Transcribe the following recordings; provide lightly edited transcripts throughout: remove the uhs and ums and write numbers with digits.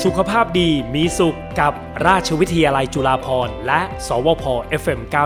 สุขภาพดีมีสุขกับราชวิทยาลัยจุฬาภรณ์และสวพ FM 91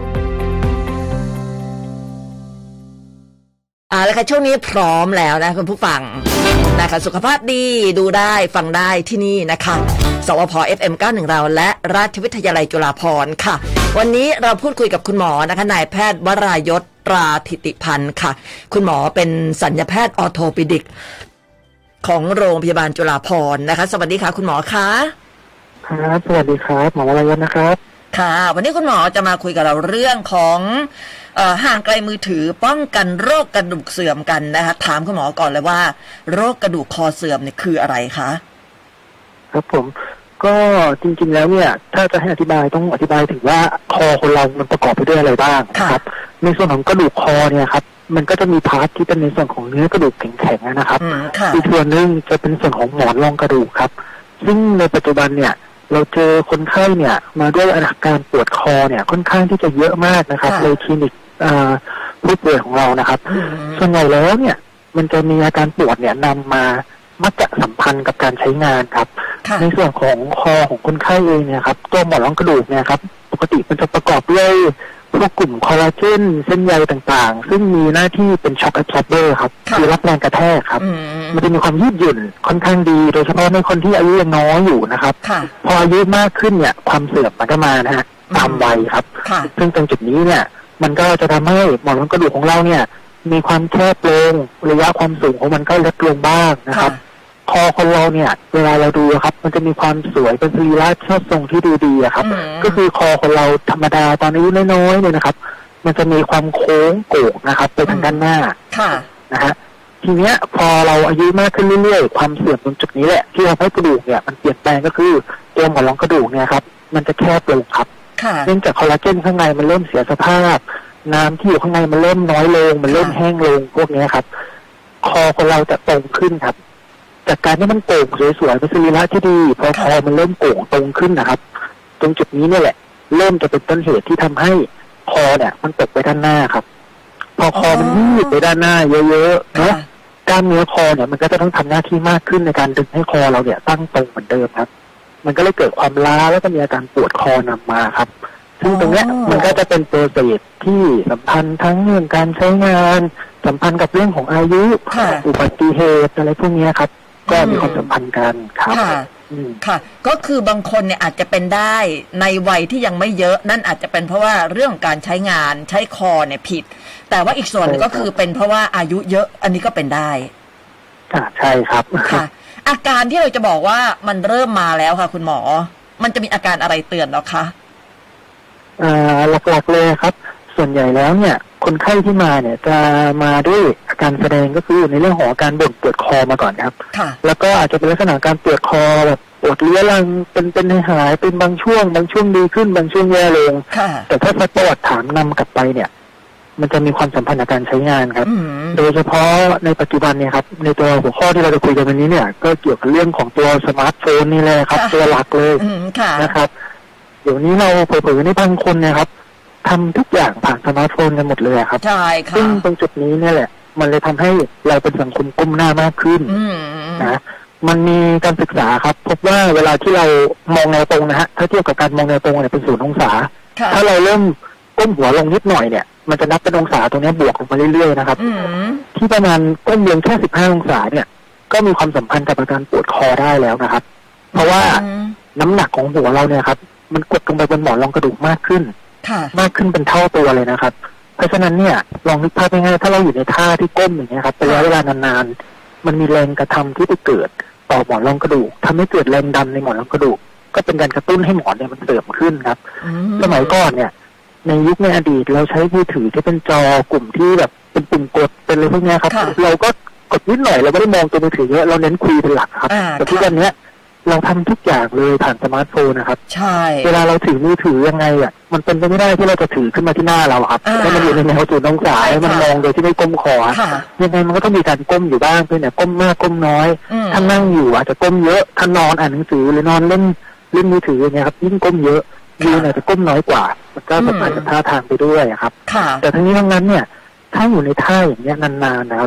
แล้วค่ะช่วงนี้พร้อมแล้วนะคุณผู้ฟังนะคะสุขภาพดีดูได้ฟังได้ที่นี่นะคะสวพ FM 91เราและราชวิทยาลัยจุฬาภรณ์ค่ะวันนี้เราพูดคุยกับคุณหมอนะคะนายแพทย์วรายศ ตราธิติพันธ์ค่ะคุณหมอเป็นศัลยแพทย์ออร์โทปิดิกของโรงพยาบาลจุฬาภรณ์นะคะสวัสดีค่ะคุณหมอคะครับสวัสดีครับหมอวรายศนะครับค่ะวันนี้คุณหมอจะมาคุยกับเราเรื่องของห่างไกลมือถือป้องกันโรคกระดูกเสื่อมกันนะคะถามคุณหมอก่อนเลยว่าโรคกระดูกคอเสื่อมเนี่ยคืออะไรคะครับผมก็จริงๆแล้วเนี่ยถ้าจะให้อธิบายต้องอธิบายถึงว่าคอคนเรามันประกอบไปด้วยอะไรบ้างครับในส่วนของกระดูกคอเนี่ยครับมันก็จะมีพาร์ทที่เป็นในส่วนของเนื้อกระดูกแข็งๆนะครับอีกส่วนนึงจะเป็นส่วนของหมอนรองกระดูกครับซึ่งในปัจจุบันเนี่ยเราเจอคนไข้เนี่ยมาด้วยอาการปวดคอเนี่ยค่อนข้างที่จะเยอะมากนะครับในคลินิกผู้ป่วยของเรานะครับส่วนใหญ่แล้วเนี่ยมันจะมีอาการปวดเนี่ยนำมามักจะสัมพันธ์กับการใช้งานครับในส่วนของคอของคนไข้เองเนี่ยครับตัวหมอนรองกระดูกเนี่ยครับปกติมันจะประกอบด้วยพวกกลุ่มคอลลาเจนเส้นใยต่างๆซึ่งมีหน้าที่เป็นช็อคแอบซอร์เบอร์ครับคือรับแรงกระแทกครับมันจะมีความยืดหยุ่นค่อนข้างดีโดยเฉพาะในคนที่อายุยังน้อยอยู่นะครับพออายุมากขึ้นเนี่ยความเสื่อมมันก็มานะฮะตามวัยครับซึ่งตรงจุดนี้เนี่ยมันก็จะทำให้หมอนรองกระดูกของเราเนี่ยมีความแคบลงระยะความสูงของมันก็ลดลงบ้างนะครับคอคนเราเนี่ยเวลาเราดูครับมันจะมีความสวยเป็นสรีระเชิดทรงที่ดูดีครับก็คือคอคนเราธรรมดาตอนอายุน้อยๆเนี่ยนะครับมันจะมีความโค้งโก่งนะครับไปทางด้านหน้านะฮะทีเนี้ยพอเราอายุมากขึ้นเรื่อยๆความเสื่อมตรงจุดนี้แหละที่ทำให้กระดูกเนี่ยมันเปลี่ยนแปลงก็คือตัวหมอนรองกระดูกเนี่ยครับมันจะแคบลงครับเนื่องจากคอลลาเจนข้างในมันเริ่มเสียสภาพน้ำที่อยู่ข้างในมันเริ่มน้อยลงมันเริ่มแห้งลงพวกนี้ครับคอคนเราจะตรงขึ้นครับจากการที่มันโก่งสวยๆเป็นสรีระที่ดีพอคอมันเริ่มโก่งตรงขึ้นนะครับตรงจุดนี้เนี่ยแหละเริ่มจะเป็นต้นเหตุที่ทำให้คอเนี่ยมันตกไปด้านหน้าครับพอคอมันยืดไปด้านหน้าเยอะๆเนาะกล้ามเนื้อคอเนี่ยมันก็จะต้องทำหน้าที่มากขึ้นในการดึงให้คอเราเนี่ยตั้งตรงเหมือนเดิมครับมันก็เลยเกิดความล้าแล้วก็มีอาการปวดคอนำมาครับซึ่งตรงเนี้ยมันก็จะเป็นตัวเหตุที่สัมพันธ์ทั้งเรื่องการใช้งานสัมพันธ์กับเรื่องของอายุอุบัติเหตุอะไรพวกนี้ครับก็มีความสัมพันธ์กันครับค่ะก็คือบางคนเนี่ยอาจจะเป็นได้ในวัยที่ยังไม่เยอะนั่นอาจจะเป็นเพราะว่าเรื่องของการใช้งานใช้คอเนี่ยผิดแต่ว่าอีกส่วนก็คือเป็นเพราะว่าอายุเยอะอันนี้ก็เป็นได้ใช่ครับค่ะอาการที่เราจะบอกว่ามันเริ่มมาแล้วค่ะคุณหมอมันจะมีอาการอะไรเตือนหรอคะหลักๆเลยครับส่วนใหญ่แล้วเนี่ยคนไข้ที่มาเนี่ยจะมาด้วยอาการแสดงก็คือในเรื่องของอาการบ่นปวดคอมาก่อนครับแล้วก็อาจจะเป็นลักษณะการปวดคอแบบปวดเรื้อรังเป็นหายเป็นบางช่วงดีขึ้นบางช่วงแย่ลงแต่ถ้าประวัติถามนำกลับไปเนี่ยมันจะมีความสัมพันธ์กับการใช้งานครับโดยเฉพาะในปัจจุบันเนี่ยครับในตัวหัวข้อที่เราจะคุยกันวันนี้เนี่ยก็เกี่ยวกับเรื่องของตัวสมาร์ทโฟนนี่แหละครับตัวหลักเลยนะครับเดี๋ยวนี้เราเผยๆในบางคนเนี่ยครับทำทุกอย่างผ่านสมาร์ทโฟนกันหมดเลยครับใช่ค่ะซึ่งตรงจุดนี้เนี่ยแหละมันเลยทำให้เราเป็นสังคมก้มหน้ามากขึ้นนะมันมีการศึกษาครับพบว่าเวลาที่เรามองแนวตรงนะฮะถ้าเทียบกับการมองแนวตรงเนี่ยเป็น0 องศาถ้าเราเริ่มก้มหัวลงนิดหน่อยเนี่ยมันจะนับเป็นองศาตรงนี้บวกลงมาเรื่อยๆนะครับที่ประมาณก้มลงแค่15 องศาเนี่ยก็มีความสัมพันธ์กับอาการปวดคอได้แล้วนะครับเพราะว่าน้ำหนักของหัวเราเนี่ยครับมันกดลงไปบนหมอนรองกระดูกมากขึ้นเป็นเท่าตัวเลยนะครับเพราะฉะนั้นเนี่ยลองนึกภาพง่ายๆถ้าเราอยู่ในท่าที่ก้มอย่างเงี้ยครับเป็นระยะเวลานานๆมันมีแรงกระทำที่ไปเกิดต่อหมอนรองกระดูกทำให้เกิดแรงดันในหมอนรองกระดูกก็เป็นการกระตุ้นให้หมอนเนี่ยมันเสื่อมขึ้นครับสมัยก่อนเนี่ยในยุคในอดีตเราใช้มือถือที่เป็นจอกลุ่มที่แบบเป็นปุ่มกดเป็นอะไรพวกนี้ครับเราก็กดนิดหน่อยเราไม่ได้มองตัวมือถือเยอะเราเน้นคุยเป็นหลักครับแต่ทุกวันนี้เราทำทุกอย่างเลยผ่านสมาร์ทโฟนนะครับใช่เวลาเราถือมือถือยังไงมันเป็นไปไม่ได้ที่เราจะถือขึ้นมาที่หน้าเราครับให้มันอยู่ในแนว0 องศาให้มันมองโดยที่ไม่ก้มคอยังไงมันก็ต้องมีการก้มอยู่บ้างเพียงแต่ก้มมากก้มน้อยถ้านั่งอยู่อาจจะก้มเยอะถ้านอนอ่านหนังสือหรือนอนเล่นมือถืออย่างเงี้ยครับยิ่งก้มเยอะยืนอาจจะก้มน้อยกว่ามันก็สัมพันธ์กับท่าทางไปด้วยครับแต่ทั้งนี้ทั้งนั้นเนี่ยถ้าอยู่ในท่าอย่างเงี้ยนานๆนะครับ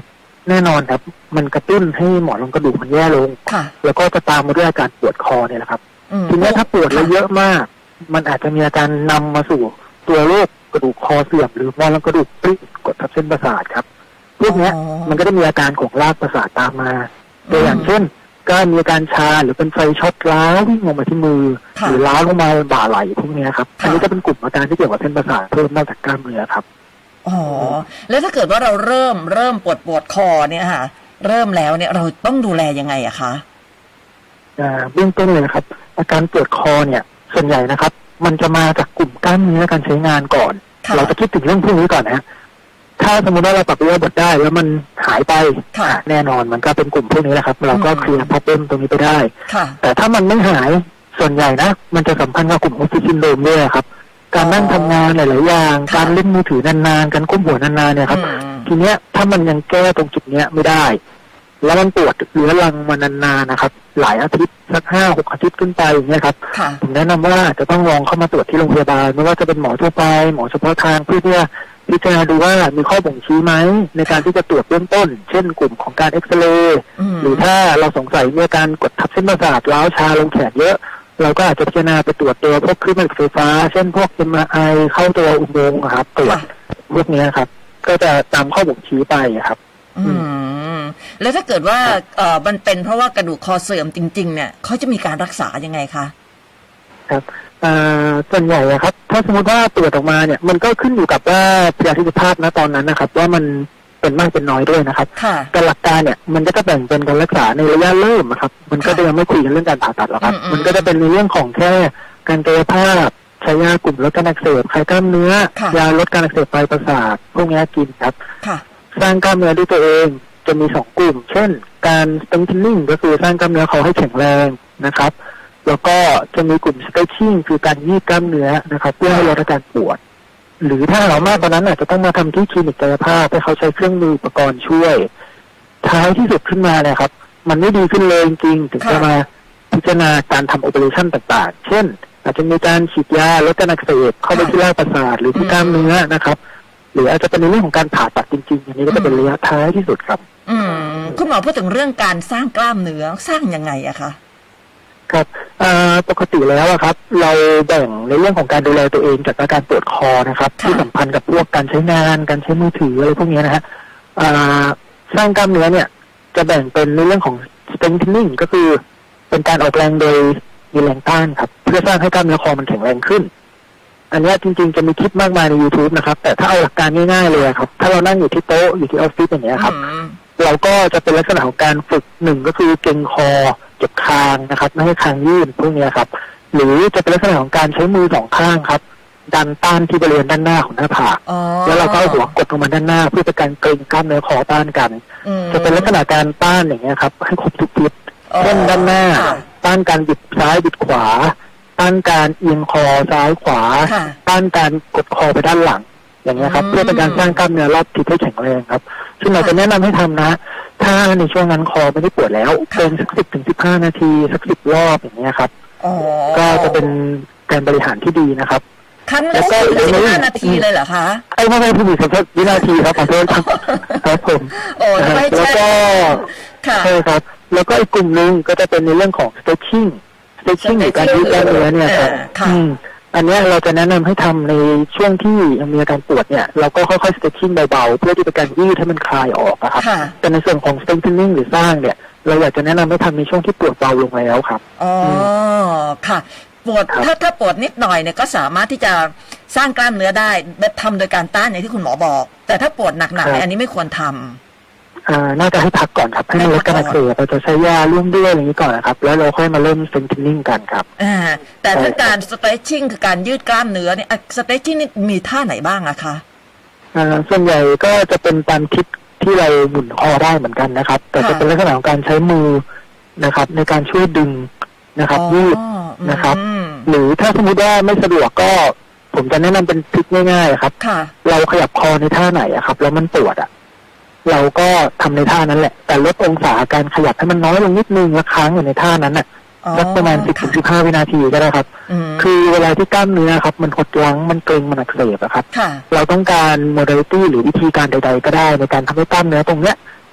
แน่นอนครับมันกระตุ้นให้หมอนรองกระดูกมันแย่ลงแล้วก็จะตามมาด้วยอาการปวดคอเนี่ยแหละครับทีนี้ถ้าปวดแล้วเยอะมากมันอาจจะมีอาการนำมาสู่ตัวโรคกระดูกคอเสื่อมหรือหมอนรองกระดูกพลิกกดทับเส้นประสาทครับพวกนี้มันก็จะมีอาการของรากประสาทตามมาตัวอย่างเช่นก็มีอาการชาหรือเป็นไฟช็อตล้าววิ่งลงมาที่มือหรือล้าวลงมาบ่าไหล่พวกนี้ครับอันนี้จะเป็นกลุ่มอาการที่เกี่ยวกับเส้นประสาทเพิ่มนอกจากกล้ามเนื้อครับอ๋อแล้วถ้าเกิดว่าเราเริ่มปวดคอเนี่ยค่ะเริ่มแล้วเนี่ยเราต้องดูแลยังไงอะคะเบื้องต้นเลยนะครับอาการปวดคอเนี่ยส่วนใหญ่นะครับมันจะมาจากกลุ่มกล้ามเนื้อการใช้งานก่อนเราจะคิดถึงเรื่องพวกนี้ก่อนนะถ้าสมมติว่าเราปรับเรื่องบทได้แล้วมันหายไปแน่นอนมันก็เป็นกลุ่มพวกนี้แหละครับเราก็เคลียร์พอเป็นตรงนี้ไปได้แต่ถ้ามันไม่หายส่วนใหญ่นะมันจะสัมพันธ์กับกลุ่มออฟฟิศซินโดรมด้วยครับการนั่งทำงานหลายๆอย่างการเล่นมือถือนานๆการก้มหัวนานๆเนี่ยครับทีเนี้ยถ้ามันยังแก้ตรงจุดเนี้ยไม่ได้แล้วมันปวดเรื้อรังมานานๆนะครับหลายอาทิตย์สัก5-6 อาทิตย์ขึ้นไปอย่างเงี้ยครับผมแนะนำว่าจะต้องลองเข้ามาตรวจที่โรงพยาบาลไม่ว่าจะเป็นหมอทั่วไปหมอเฉพาะทางเพื่อที่จะพิจารณาดูว่ามีข้อบ่งชี้ไหมในการที่จะตรวจเบื้องต้นเช่นกลุ่มของการเอ็กซเรย์หรือถ้าเราสงสัยมีอาการกดทับเส้นประสาทร้าวชาลงแขนเยอะเราก็อาจจะพิจารณาไปตรวจตัวพวกคลื่นแม่เหล็กไฟฟ้าเช่นพวก MRI เข้าตัวอุโมงค์ครับตรวจพวกนี้ครับก็จะตามข้อบ่งชี้ไปครับแล้วถ้าเกิดว่ามันเป็นเพราะว่ากระดูกคอเสื่อมจริงๆเนี่ยเขาจะมีการรักษายังไงคะครับส่วนใหญ่ครับถ้าสมมติว่าตรวจออกมาเนี่ยมันก็ขึ้นอยู่กับว่าประสิทธิภาพณตอนนั้นนะครับว่ามันเป็นมากเป็นน้อยด้วยนะครับแต่หลักการเนี่ยมันก็จะแบ่งเป็นการรักษาในระยะเริ่มครับมันก็จะยังไม่คุยกันเรื่องการผ่าตัดหรอกครับมันก็จะเป็นในเรื่องของแค่การกายภาพใช้ยากลุ่มลดการอักเสบคลายกล้ามเนื้อยาลดการอักเสบปลายประสาทพวกนี้กินครับสร้างกล้ามเนื้อด้วยตัวเองจะมี2 กลุ่มเช่นการ strengthening ก็คือสร้างกล้ามเนื้อเขาให้แข็งแรงนะครับแล้วก็จะมีกลุ่ม stretching คือการยืดกล้ามเนื้อนะครับเพื่อให้ลดอาการปวดหรือถ้าเรามากกว่านั้นอาจจะต้องมาทำที่คลินิกกายภาพให้เขาใช้เครื่องมืออุปกรณ์ช่วยท้ายที่สุดขึ้นมาเนี่ยครับมันไม่ดีขึ้นเลยจริงๆถึงจะมาพิจารณาการทำ operation ต่างๆเช่นอาจจะมีการฉีดยาลดการอักเสบเข้าไปที่รากประสาทหรือที่กล้ามเนื้อนะครับหรืออาจจะเป็นในเรื่องของการผ่าตัดจริงๆอันนี้ก็จะเป็นระยะท้ายที่สุดครับคุณหมอพูดถึงเรื่องการสร้างกล้ามเนื้อสร้างยังไงอะคะครับปกติแล้วครับเราแบ่งในเรื่องของการดูแลตัวเองจากอาการปวดคอนะครับที่สัมพันธ์กับพวกการใช้งานการใช้มือถืออะไรพวกนี้นะฮะสร้างกล้ามเนื้อเนี่ยจะแบ่งเป็นในเรื่องของ strengthening ก็คือเป็นการออกแรงโดยมีแรงต้านครับเพื่อสร้างให้กล้ามเนื้อคอมันแข็งแรงขึ้นอันนี้จริงๆจะมีคลิปมากมายใน YouTube นะครับแต่ถ้าเอาหลักการง่ายๆเลยครับถ้าเรานั่งอยู่ที่โต๊ะอยู่ที่ออฟฟิศอย่างเงี้ยครับเราก็จะเป็นลักษณะของการฝึก1ก็คือเกร็งคอเก็บคางนะครับไม่ให้คางยื่นพวกนี้ครับหรือจะเป็นลักษณะของการใช้มือ2 ข้างครับดันต้านที่บริเวณด้านหน้าของหน้าผากแล้วเราก็เอาหัวกดลงมาด้านหน้าเพื่อเป็นการเกร็งกล้ามเนื้อคอต้านกันจะเป็นลักษณะการต้านอย่างเงี้ยครับให้ครบทุกทิศเช่นด้านหน้าต้านการบิดซ้ายบิดขวาต้านการเอียงคอซ้ายขวาต้านการกดคอไปด้านหลังอย่างเงี้ยครับเพื่อเป็นการสร้างกล้ามเนื้อรอบทิศให้แข็งแรงครับซึ่งเราจะแนะนำให้ทำนะถ้าในช่วงนั้นคอไม่ได้ปวดแล้วเป็นสัก10-15 นาทีสัก10 รอบอย่างเงี้ยครับก็จะเป็นการบริหารที่ดีนะครับครั้งละ15 นาทีเลยเหรอคะไม่ผู้มีสักวินาทีครับขอโทษครับผมแล้วก็ใช่ครับแล้วก็อีกกลุ่มนึงก็จะเป็นในเรื่องของ stretching หรือการยืดกล้ามเนื้อเนี่ยครับอันนี้เราจะแนะนำให้ทำในช่วงที่ยังมีอาการปวดเนี่ยเราก็ค่อยๆ stretching เบาๆเพื่อที่เป็นการยืดให้มันคลายออกนะครับแต่ในส่วนของ strengthening หรือสร้างเนี่ยเราอยากจะแนะนำให้ทำในช่วงที่ปวดเบาลงแล้วครับค่ะปวดถ้าปวดนิดหน่อยเนี่ยก็สามารถที่จะสร้างกล้ามเนื้อได้ทำโดยการต้านอย่างที่คุณหมอบอกแต่ถ้าปวดหนักๆอันนี้ไม่ควรทำน่าจะให้พักก่อนครับให้ลดการอักเสบเราจะใช้ยาร่วมด้วยอย่างนี้ก่อนนะครับแล้วเราค่อยมาเริ่ม strengthening กันครับแต่ถ้าการ stretching คือการยืดกล้ามเนื้อเนี่ย stretching นี่มีท่าไหนบ้างอะคะส่วนใหญ่ก็จะเป็นตามทิศที่เราหมุนคอได้เหมือนกันนะครับแต่จะเป็นลักษณะของการใช้มือนะครับในการช่วยดึงนะครับยืดนะครับหรือถ้าสมมติว่าไม่สะดวกก็ผมจะแนะนำเป็นทริคง่ายๆครับเราขยับคอในท่าไหนครับแล้วมันปวดเราก็ทำในท่านั้นแหละแต่ลดองศาการขยับให้มันน้อยลงนิดนึงแล้วค้างอยู่ในท่านั้นน่ะสักประมาณ10-15 วินาทีก็ได้ครับคือเวลาที่กล้ามเนื้อครับมันหดรั้งมันเกร็งมันอักเสบครับเราต้องการโมเดลิตี้หรือวิธีการใดๆก็ได้ในการทำให้กล้ามเนื้อตรงเนี้ย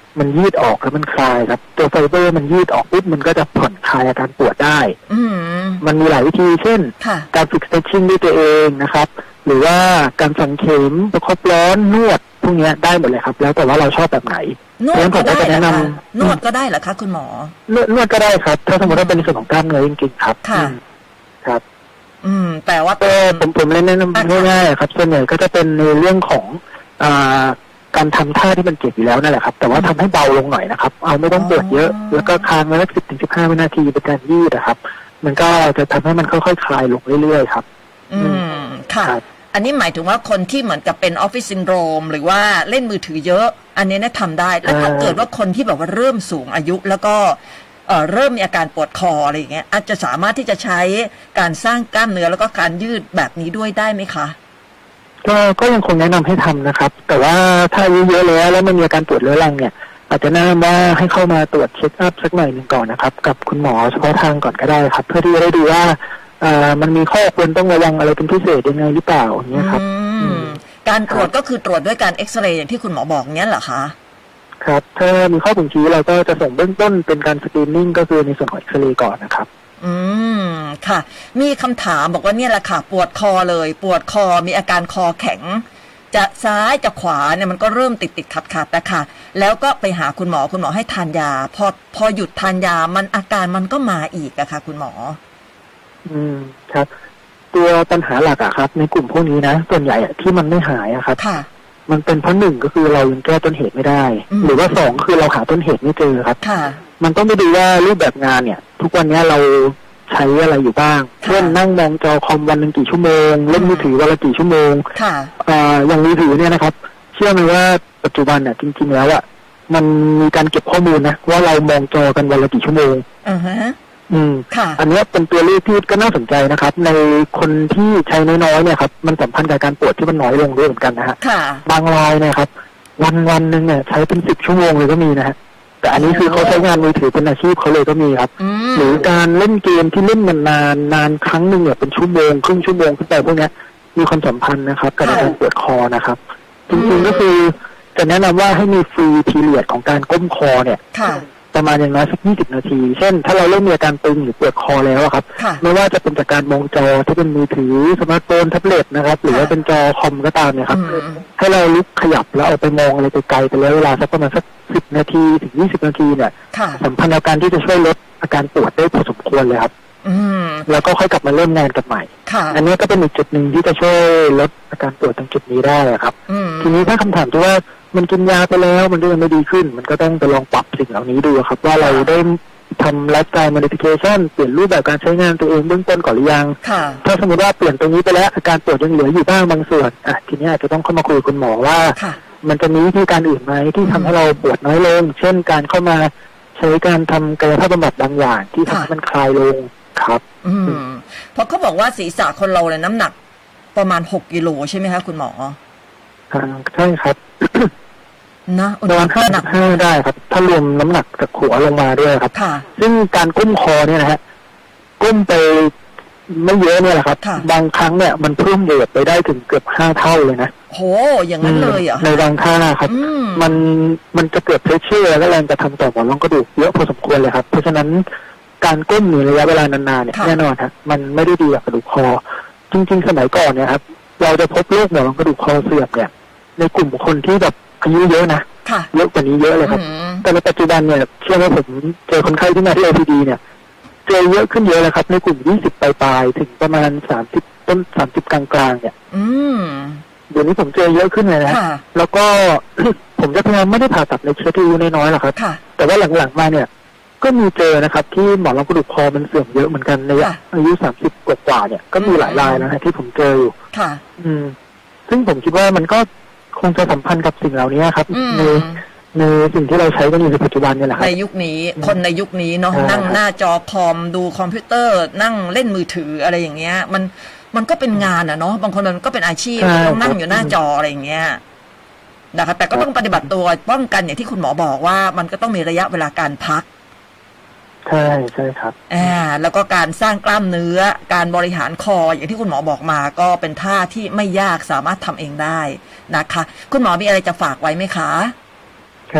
มันยืดออกแล้วมันคลายครับตัวไฟเบอร์มันยืดออกปุ๊บมันก็จะผ่อนคลายอาการปวดได้มันมีหลายวิธีเช่นการฝึก stretching ด้วยตัวเองนะครับหรือว่าการฝังเข็มประคบร้อนนวดพวกนี้ได้หมดเลยครับแล้วแต่ว่าเราชอบแบบไหนนวดก็ได้เหรอคะนวดก็ได้เหรอคะคุณหมอนวดก็ได้ครับถ้าสมมติว่าเป็นในส่วนของกล้ามเนื้อจริงๆครับค่ะครับแต่ว่าผมเล่นแนะนำง่ายๆครับส่วนใหญ่ก็จะเป็นในเรื่องของการทำท่าที่มันเจ็บอยู่แล้วนั่นแหละครับแต่ว่าทำให้เบาลงหน่อยนะครับเอาไม่ต้องปวดเยอะแล้วก็ค้างไว้สัก10-15 วินาทีเป็นการยืดนะครับมันก็จะทำให้มันค่อยๆคลายลงเรื่อยๆครับค่ะอันนี้หมายถึงว่าคนที่เหมือนกับเป็นออฟฟิศซินโดรมหรือว่าเล่นมือถือเยอะอันนี้ทำได้แล้วถ้าเกิดว่าคนที่แบบว่าเริ่มสูงอายุแล้วก็เริ่มมีอาการปวดคออะไรอย่างเงี้ยอาจจะสามารถที่จะใช้การสร้างกล้ามเนื้อแล้วก็การยืดแบบนี้ด้วยได้ไหมคะก็ยังคงแนะนำให้ทำนะครับแต่ว่าถ้าอายุเยอะแล้วมันมีอาการปวดเรื้อรังเนี่ยอาจจะแนะนำว่าให้เข้ามาตรวจเช็คอัพสักหน่อยหนึ่งก่อนนะครับกับคุณหมอเฉพาะทางก่อนก็ได้ครับเพื่อที่จะได้ดูว่ามันมีข้อควรต้องระวังอะไรเป็นพิเศษยังไงหรือเปล่าอย่างเงี้ยครับการตรวจก็คือตรวจด้วยการเอ็กซเรย์อย่างที่คุณหมอบอกเนี้ยเหรอคะครับถ้ามีข้อบ่งชี้เราก็จะส่งเบื้องต้นเป็นการสกรีนนิ่งก็คือในส่วนของเอ็กซเรย์ก่อนนะครับค่ะมีคำถามบอกว่าเนี่ยแหละค่ะปวดคอเลยปวดคอมีอาการคอแข็งจะซ้ายจะขวาเนี่ยมันก็เริ่มติดขัดๆนะคะแล้วก็ไปหาคุณหมอให้ทานยาพอหยุดทานยามันอาการมันก็มาอีกอะค่ะคุณหมอครับตัวปัญหาหลักอะครับในกลุ่มพวกนี้นะส่วนใหญ่ที่มันไม่หายอะครับมันเป็นเพราะ1ก็คือเรายังแก้ต้นเหตุไม่ได้หรือว่า2คือเราหาต้นเหตุไม่เจอครับมันต้องไปดูว่ารูปแบบงานเนี่ยทุกวันนี้เราใช้อะไรอยู่บ้างเช่นนั่งมองจอคอมวันนึงกี่ชั่วโมงเล่นมือถือวันละกี่ชั่วโมงอย่างมือถือเนี่ยนะครับเชื่อไหมว่าปัจจุบันเนี่ยจริงๆแล้วอะมันมีการเก็บข้อมูลนะว่าเรามองจอกันวันละกี่ชั่วโมงอันนี้เป็นตัวเลขที่ก็น่าสนใจนะครับในคนที่ใช้น้อยๆเนี่ยครับมันสัมพันธ์กับการปวดที่มันน้อยลงด้วยเหมือนกันนะฮะบางรายเนี่ยครับวันนึงเนี่ยใช้เป็น10 ชั่วโมงเลยก็มีนะฮะแต่อันนี้คือเขาใช้งานมือถือเป็นอาชีพเขาเลยก็มีครับหรือการเล่นเกมที่เล่นนานครั้งหนึ่งเนี่ยเป็นชั่วโมงครึ่งชั่วโมงขึ้นไปพวกนี้มีความสัมพันธ์นะครับกับการปวดคอนะครับจริงๆก็คือจะแนะนำว่าให้มีฟรีพีเรียดของการก้มคอเนี่ยประมาณอย่างน้อยสัก20 นาทีเช่นถ้าเราเริ่มมีอาการตึงหรือปวดคอแล้วครับไม่ว่าจะเป็นจากการมองจอที่เป็นมือถือสมาร์ทโฟนแท็บเล็ตนะครับหรือว่าเป็นจอคอมก็ตามเนี่ยครับให้เราลุกขยับแล้วเอาไปมองอะไรไกลๆไปแล้วเวลาสักประมาณสัก10 นาทีถึง20 นาทีเนี่ยสัมพันธ์กับการที่จะช่วยลดอาการปวดได้พอสมควรเลยครับแล้วก็ค่อยกลับมาเริ่มงานกันใหม่อันนี้ก็เป็นอีกจุดหนึ่งที่จะช่วยลดอาการปวดตรงจุดนี้ได้ครับทีนี้ถ้าคำถามที่ว่ามันกินยาไปแล้วมันก็ยังไม่ดีขึ้นมันก็ต้องไปลองปรับสิ่งเหล่านี้ดูครับว่าเราได้ทำไลฟ์สไตล์ modification เปลี่ยนรูปแบบการใช้งานตัวเองเบื้องต้นก่อนหรือยังถ้าสมมติว่าเปลี่ยนตรงนี้ไปแล้วอาการปวดยังเหลืออยู่บ้างบางส่วนทีนี้อาจจะต้องเข้ามาคุยกับคุณหมอว่ามันจะมีวิธีการอื่นไหมที่ทำให้เราปวดน้อยลงเช่นการเข้ามาใช้การทำกายภาพบำบัดบางอย่างที่ทำให้มันคลายลงครับเพราะเขาบอกว่าศีรษะคนเราเนี่ยน้ำหนักประมาณ6 กิโลใช่ไหมคะคุณหมอใช่ครับนะประมาณ55ได้ครับถ้ารวมน้ำหนักจากหัวลงมาด้วยครับซึ่งการก้มคอเนี่ยนะฮะก้มไปไม่เยอะเนี่ยแหละครับบางครั้งเนี่ยมันเพิ่มเวทไปได้ถึงเกือบ5 เท่าเลยนะโหอย่างนั้นเลยเหรอในบางท่าครับมันจะเกิดเพรสเชอร์และแรงกระทำต่อหมอนรองกระดูกเยอะพอสมควรเลยครับเพราะฉะนั้นการก้มอยู่ระยะเวลานานๆเนี่ยแน่นอนครับมันไม่ได้ดีกับกระดูกคอจริงๆสมัยก่อนเนี่ยครับเราจะพบโรคหมอนรองกระดูกคอเสื่อมเนี่ยในกลุ่มคนที่แบบอายุเยอะนะเยอะกว่านี้เยอะเลยครับแต่ในปัจจุบันเนี่ยเชื่อว่าผมเจอคนไข้ที่มาที่ LPD เนี่ยเจอเยอะขึ้นเยอะเลยครับในกลุ่ม20 ปลายๆถึงประมาณ30 ต้น30 กลางๆเนี่ยเดี๋ยวนี้ผมเจอเยอะขึ้นเลยนะแล้วก็ ผมจะพยายามไม่ได้ผ่าตัดในเคสที่อายุน้อยๆหรอกครับแต่ว่าหลังๆมาเนี่ยก็มีเจอนะครับที่หมอนรองกระดูกคอมันเสื่อมเยอะเหมือนกันในอายุ30 กว่าๆเนี่ยก็มีหลายรายนะที่ผมเจออยู่ซึ่งผมคิดว่ามันก็คงจะสัมพันธ์กับสิ่งเหล่านี้ครับในสิ่งที่เราใช้กันอยู่ในปัจจุบันนี่แหละครับในยุคนี้คนในยุคนี้เนาะนั่งหน้าจอคอมดูคอมพิวเตอร์นั่งเล่นมือถืออะไรอย่างเงี้ยมันก็เป็นงานอ่ะเนาะบางคนมันก็เป็นอาชีพต้องนั่งอยู่หน้าจออะไรอย่างเงี้ยนะคะแต่ก็ต้องปฏิบัติตัวป้องกันอย่างที่คุณหมอบอกว่ามันก็ต้องมีระยะเวลาการพักใช่ครับแล้วก็การสร้างกล้ามเนื้อการบริหารคออย่างที่คุณหมอบอกมาก็เป็นท่าที่ไม่ยากสามารถทำเองได้นะคะคุณหมอมีอะไรจะฝากไว้ไหมคะครับ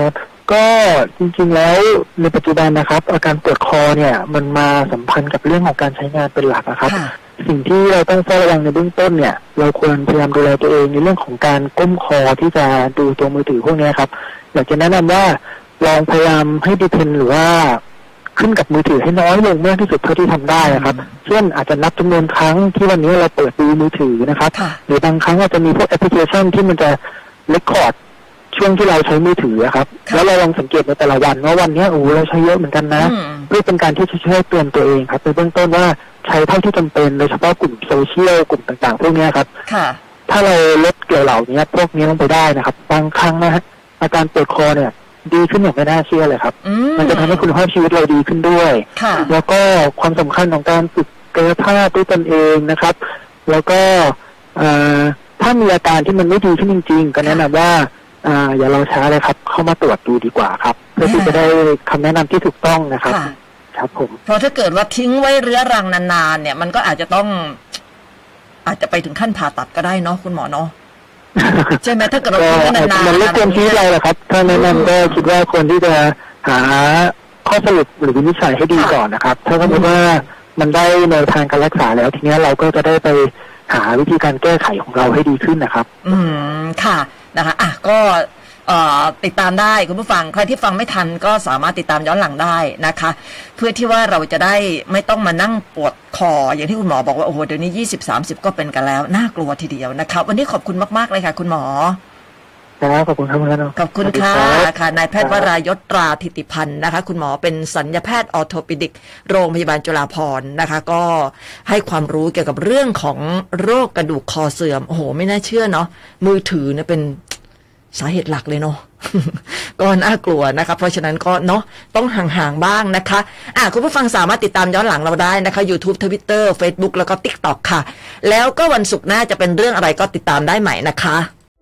ก็จริงๆแล้วในปัจจุบันนะครับอาการปวดคอเนี่ยมันมาสัมพันธ์กับเรื่องของการใช้งานเป็นหลักนะครับสิ่งที่เราต้องเฝ้าระวังในเบื้องต้นเนี่ยเราควรพยายามดูแลตัวเองในเรื่องของการก้มคอที่จะดูตัวมือถือพวกนี้ครับอยากจะแนะนำว่าลองพยายามให้ดิเพนหรือว่าขึ้นกับมือถือให้น้อยลงมากที่สุดเท่าที่ทำได้ครับเช่นอาจจะนับจำนวนครั้งที่วันนี้เราเปิดดูมือถือนะครับหรือบางครั้งอาจจะมีพวกแอปพลิเคชันที่มันจะเรคคอร์ดช่วงที่เราใช้มือถือครับแล้วเราลองสังเกตในแต่ละวันว่าวันนี้เราใช้เยอะเหมือนกันนะเพื่อเป็นการที่จะช่วยเตือนตัวเองครับในเบื้องต้นว่าใช้เท่าที่จำเป็นโดยเฉพาะกลุ่มโซเชียลกลุ่มต่างๆพวกนี้ครับถ้าเราลดเกี่ยวเหล่านี้พวกนี้ลงไปได้นะครับบางครั้งนะฮะอาการปวดคอเนี่ยดีขึ้นอย่างไม่น่าเชื่อเลยครับมันจะทำให้คุณภาพชีวิตเราดีขึ้นด้วยแล้วก็ความสำคัญของการฝึกกายภาพด้วยตนเองนะครับแล้วก็ถ้ามีอาการที่มันไม่ดีขึ้นจริงๆก็แนะนำว่าอย่ารอช้าเลยครับเข้ามาตรวจดูดีกว่าครับเพื่อที่จะได้คำแนะนำที่ถูกต้องนะครับครับผมเพราะถ้าเกิดว่าทิ้งไว้เรื้อรังนานๆเนี่ยมันก็อาจจะไปถึงขั้นผ่าตัดก็ได้เนาะคุณหมอเนาะใช่ไหมถ้าเกิดเราทิ้งไว้นานๆมันเรื่องที่เราแหละครับถ้าแนะนำก็คิดว่าคนที่จะหาข้อสรุปหรือวินิจฉัยให้ดีก่อนนะครับถ้าสมมติว่ามันได้แนวทางการรักษาแล้วทีนี้เราก็จะได้ไปหาวิธีการแก้ไขของเราให้ดีขึ้นนะครับค่ะนะคะก็ติดตามได้คุณผู้ฟังใครที่ฟังไม่ทันก็สามารถติดตามย้อนหลังได้นะคะเพื่อที่ว่าเราจะได้ไม่ต้องมานั่งปวดคออย่างที่คุณหมอบอกว่าโอ้โหเดี๋ยวนี้20-30ก็เป็นกันแล้วน่ากลัวทีเดียวนะคะวันนี้ขอบคุณมากๆเลยค่ะคุณหมอขอบคุณครับขอบคุณค่ะนายแพทย์วรายศ ตราธิติพันธ์นะคะคุณหมอเป็นศัลยแพทย์ออร์โทปิดิกโรงพยาบาลจุฬาภรณ์นะคะก็ให้ความรู้เกี่ยวกับเรื่องของโรคกระดูกคอเสื่อมโอ้โหไม่น่าเชื่อเนาะมือถือเนี่ยเป็นสาเหตุหลักเลยเนาะ ก็น่ากลัวนะคะเพราะฉะนั้นก็เนาะต้องห่างๆบ้างนะคะคุณผู้ฟังสามารถติดตามย้อนหลังเราได้นะคะ YouTube Twitter Facebook แล้วก็ TikTok ค่ะแล้วก็วันศุกร์หน้าจะเป็นเรื่องอะไรก็ติดตามได้ใหม่นะคะ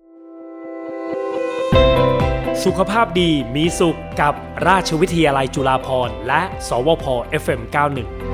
สุขภาพดีมีสุขกับราชวิทยาลัยจุฬาภรณ์และสวพ FM91